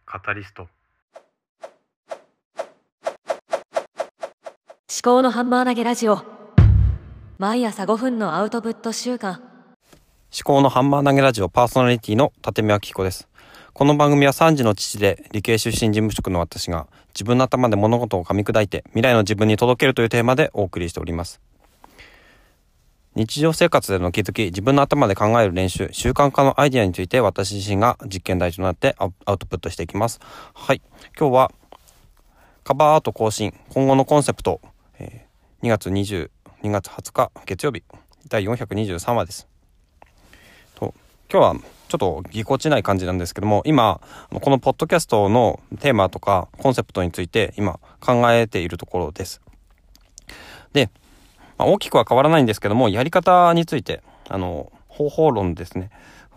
カタリスト。 思考のハンマー投げラジオ。毎朝5分のアウトプット週間。 思考のハンマー投げラジオパーソナリティの立見明彦です。この番組は3児の父で理系出身事務職の私が自分の頭で物事を噛み砕いて未来の自分に届けるというテーマでお送りしております。日常生活での気づき、自分の頭で考える練習、習慣化のアイデアについて私自身が実験台となってアウトプットしていきます。はい、今日はカバーアート更新今後のコンセプト、2月20日月曜日第423話です。今日はちょっとぎこちない感じなんですけども、今このポッドキャストのテーマとかコンセプトについて今考えているところです。で、大きくは変わらないんですけども、やり方について方法論ですね。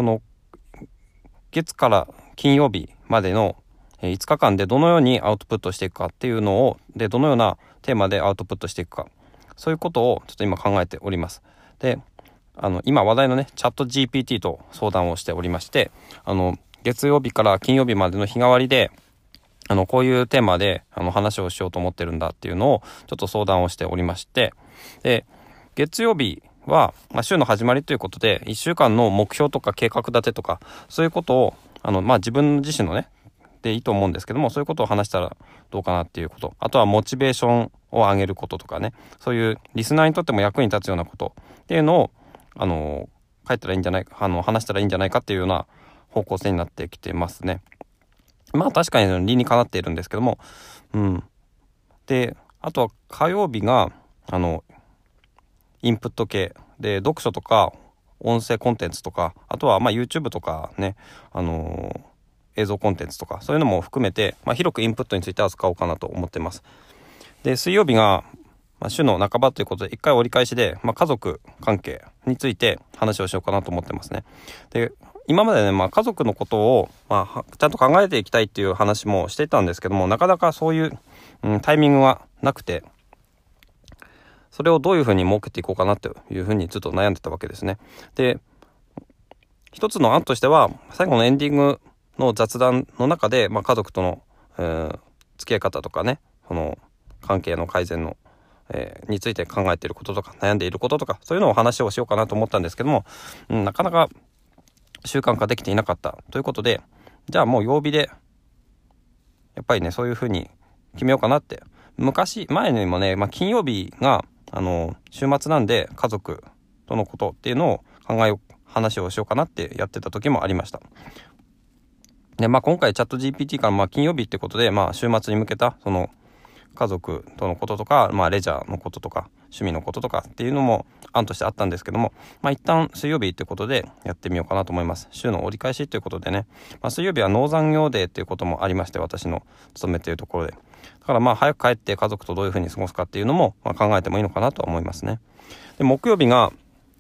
月から金曜日までの5日間でどのようにアウトプットしていくかっていうのを、でどのようなテーマでアウトプットしていくか、そういうことをちょっと今考えております。で、今話題のねチャット GPT と相談をしておりまして、月曜日から金曜日までの日替わりでこういうテーマで話をしようと思ってるんだっていうのをちょっと相談をしておりまして、で月曜日は、週の始まりということで1週間の目標とか計画立てとかそういうことを自分自身のねでいいと思うんですけども、そういうことを話したらどうかなっていうこと、あとはモチベーションを上げることとかね、そういうリスナーにとっても役に立つようなことっていうのを書いたらいいんじゃないか、話したらいいんじゃないかっていうような方向性になってきてますね。確かに理にかなっているんですけども、であとは火曜日がインプット系で読書とか音声コンテンツとか、あとはYouTube とかね、映像コンテンツとかそういうのも含めて、広くインプットについて扱おうかなと思ってます。で水曜日が、週の半ばということで一回折り返しで、家族関係について話をしようかなと思ってますね。で今までね、家族のことを、ちゃんと考えていきたいっていう話もしていたんですけども、なかなかそういう、タイミングがなくて、それをどういうふうに設けていこうかなというふうにずっと悩んでたわけですね。で一つの案としては、最後のエンディングの雑談の中で、家族との、付き合い方とかね、その関係の改善の、について考えていることとか悩んでいることとかそういうのを話をしようかなと思ったんですけども、なかなか習慣化できていなかったということで、じゃあもう曜日でやっぱりねそういうふうに決めようかなって、前にもね、金曜日が週末なんで家族とのことっていうのを話をしようかなってやってた時もありました。で今回チャット GPT から金曜日ってことで、週末に向けたその家族とのこととか、レジャーのこととか趣味のこととかっていうのも案としてあったんですけども、一旦水曜日ってことでやってみようかなと思います。週の折り返しということでね、水曜日は農残業デーっていうこともありまして、私の勤めているところで、だから早く帰って家族とどういうふうに過ごすかっていうのも考えてもいいのかなとは思いますね。で木曜日は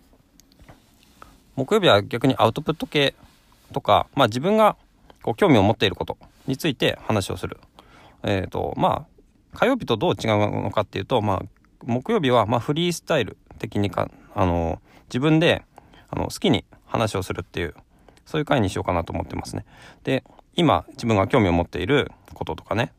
逆にアウトプット系とか、自分が興味を持っていることについて話をする。火曜日とどう違うのかっていうと、木曜日はフリースタイル的に自分で好きに話をするっていう、そういう回にしようかなと思ってますね。で今自分が興味を持っていることとかね、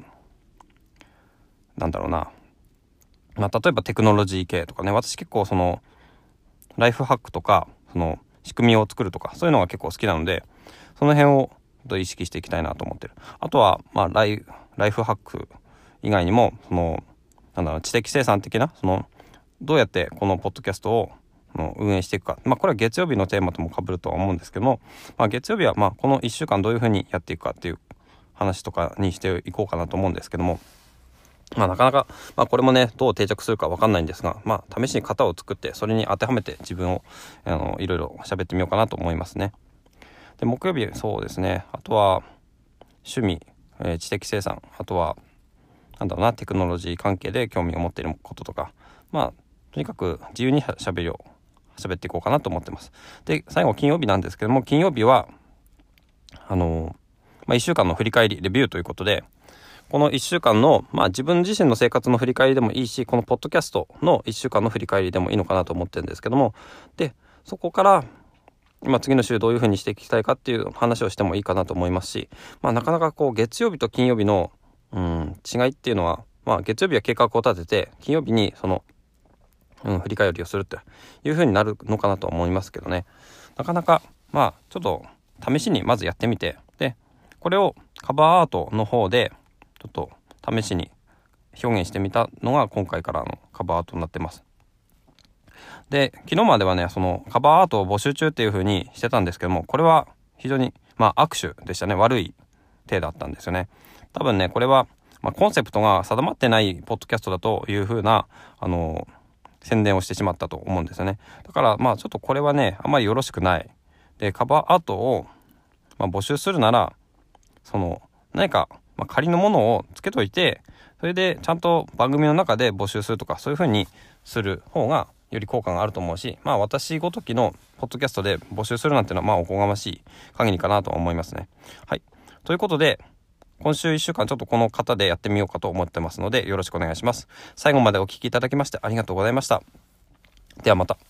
例えばテクノロジー系とかね、私結構ライフハックとか仕組みを作るとかそういうのが結構好きなので、その辺を意識していきたいなと思ってる。あとはライフハック以外にも知的生産的などうやってこのポッドキャストを運営していくか、これは月曜日のテーマとも被るとは思うんですけども、月曜日はこの1週間どういうふうにやっていくかっていう話とかにしていこうかなと思うんですけども、なかなか、これもねどう定着するか分かんないんですが、試しに型を作ってそれに当てはめて自分をいろいろ喋ってみようかなと思いますね。で木曜日そうですね、あとは趣味、知的生産、あとはテクノロジー関係で興味を持っていることとか、とにかく自由に喋っていこうかなと思ってます。で最後金曜日なんですけども、金曜日は1週間の振り返りレビューということで、この1週間の、自分自身の生活の振り返りでもいいし、このポッドキャストの1週間の振り返りでもいいのかなと思ってるんですけども、でそこから次の週どういうふうにしていきたいかっていう話をしてもいいかなと思いますし、なかなか月曜日と金曜日の違いっていうのは、月曜日は計画を立てて金曜日にその、振り返りをするというふうになるのかなと思いますけどね。なかなかちょっと試しにまずやってみて、でこれをカバーアートの方でちょっと試しに表現してみたのが今回からのカバーアートになってます。で昨日まではねそのカバーアートを募集中っていう風にしてたんですけども、これは非常に握手でしたね。悪い手だったんですよね。多分ねこれは、コンセプトが定まってないポッドキャストだという風な宣伝をしてしまったと思うんですよね。だからちょっとこれはねあんまりよろしくない。でカバーアートを、募集するならその何か、仮のものをつけといて、それでちゃんと番組の中で募集するとかそういう風にする方がより効果があると思うし、私ごときのポッドキャストで募集するなんてのはおこがましい限りかなと思いますね。はい。ということで今週1週間ちょっとこの方でやってみようかと思ってますのでよろしくお願いします。最後までお聞きいただきましてありがとうございました。ではまた。